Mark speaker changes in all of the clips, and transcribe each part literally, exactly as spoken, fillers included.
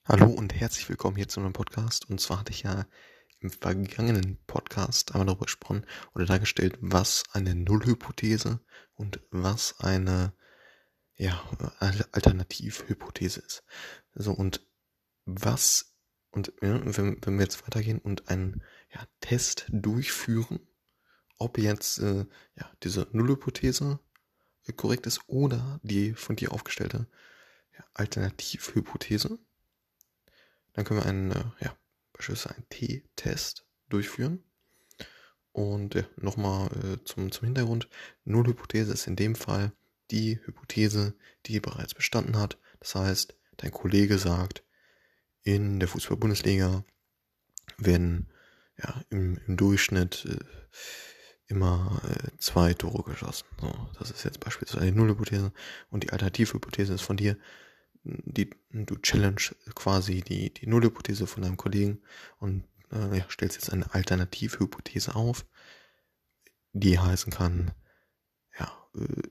Speaker 1: Hallo und herzlich willkommen hier zu einem Podcast. Und zwar hatte ich ja im vergangenen Podcast einmal darüber gesprochen oder dargestellt, was eine Nullhypothese und was eine ja, Al- Alternativhypothese ist. So, und was, und ja, wenn, wenn wir jetzt weitergehen und einen ja, Test durchführen, ob jetzt äh, ja, diese Nullhypothese äh, korrekt ist oder die von dir aufgestellte ja, Alternativhypothese. Dann können wir einen, äh, ja, beispielsweise einen T-Test durchführen. Und ja, nochmal äh, zum, zum Hintergrund. Nullhypothese ist in dem Fall die Hypothese, die bereits bestanden hat. Das heißt, dein Kollege sagt, in der Fußball-Bundesliga werden ja, im, im Durchschnitt äh, immer äh, zwei Tore geschossen. So, das ist jetzt beispielsweise die Nullhypothese. Und die Alternativhypothese ist von dir, die, du challenge quasi die, die Nullhypothese von deinem Kollegen und äh, ja, stellst jetzt eine Alternativhypothese auf, die heißen kann, ja, äh,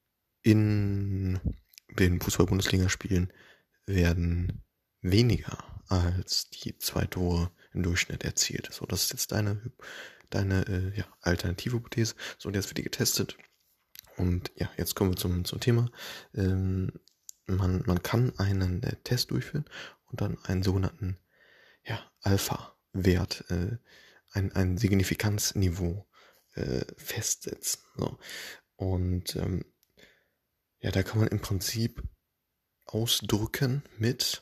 Speaker 1: in den Fußball-Bundesliga-Spielen werden weniger als die zwei Tore im Durchschnitt erzielt. So, das ist jetzt deine, deine äh, ja, Alternativhypothese. So, und jetzt wird die getestet. Und ja, jetzt kommen wir zum, zum Thema. Ähm, man, man kann einen äh, Test durchführen und dann einen sogenannten ja, Alpha-Wert, äh, ein, ein Signifikanzniveau äh, festsetzen. So. Und ähm, ja, da kann man im Prinzip ausdrücken mit,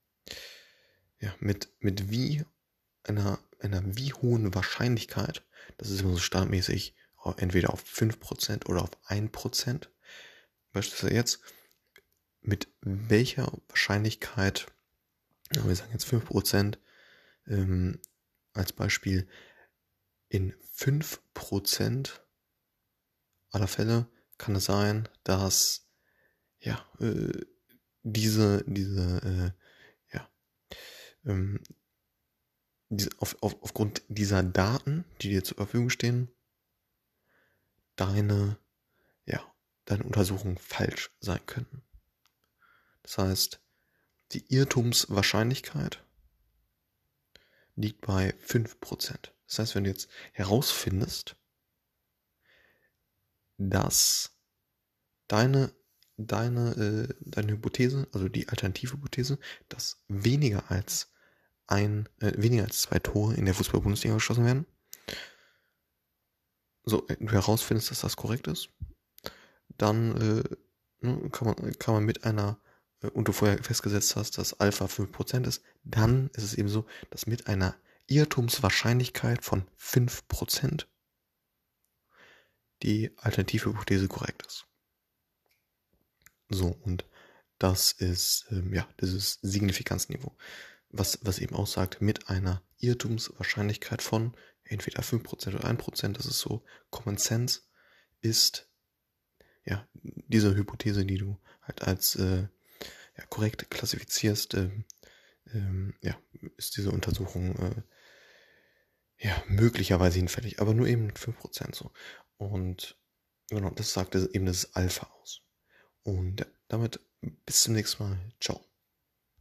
Speaker 1: ja, mit, mit wie einer, einer wie hohen Wahrscheinlichkeit, das ist immer so standardmäßig entweder auf fünf Prozent oder auf ein Prozent, beispielsweise jetzt, mit welcher Wahrscheinlichkeit, wir sagen jetzt fünf Prozent, ähm, als Beispiel, in fünf Prozent aller Fälle kann es sein, dass ja, äh, diese, diese, äh, ja, ähm, diese, auf, auf, aufgrund dieser Daten, die dir zur Verfügung stehen, deine, ja, deine Untersuchungen falsch sein könnten. Das heißt, die Irrtumswahrscheinlichkeit liegt bei fünf Prozent. Das heißt, wenn du jetzt herausfindest, dass deine, deine, äh, deine Hypothese, also die Alternativhypothese, dass weniger als ein, äh, weniger als zwei Tore in der Fußball-Bundesliga geschossen werden, so, äh, du herausfindest, dass das korrekt ist, dann äh, ne, kann, man, kann man mit einer, äh, und du vorher festgesetzt hast, dass Alpha fünf Prozent ist, dann ist es eben so, dass mit einer Irrtumswahrscheinlichkeit von fünf Prozent die Alternativhypothese korrekt ist. So, und das ist, ähm, ja, dieses Signifikanzniveau, was, was eben aussagt, mit einer Irrtumswahrscheinlichkeit von entweder fünf Prozent oder ein Prozent, das ist so Common Sense, ist, ja, diese Hypothese, die du halt als äh, ja, korrekt klassifizierst, ähm, ähm, ja, ist diese Untersuchung äh, ja, möglicherweise hinfällig, aber nur eben mit fünf Prozent so. Und genau, das sagt eben das Alpha aus. Und ja, damit bis zum nächsten Mal. Ciao.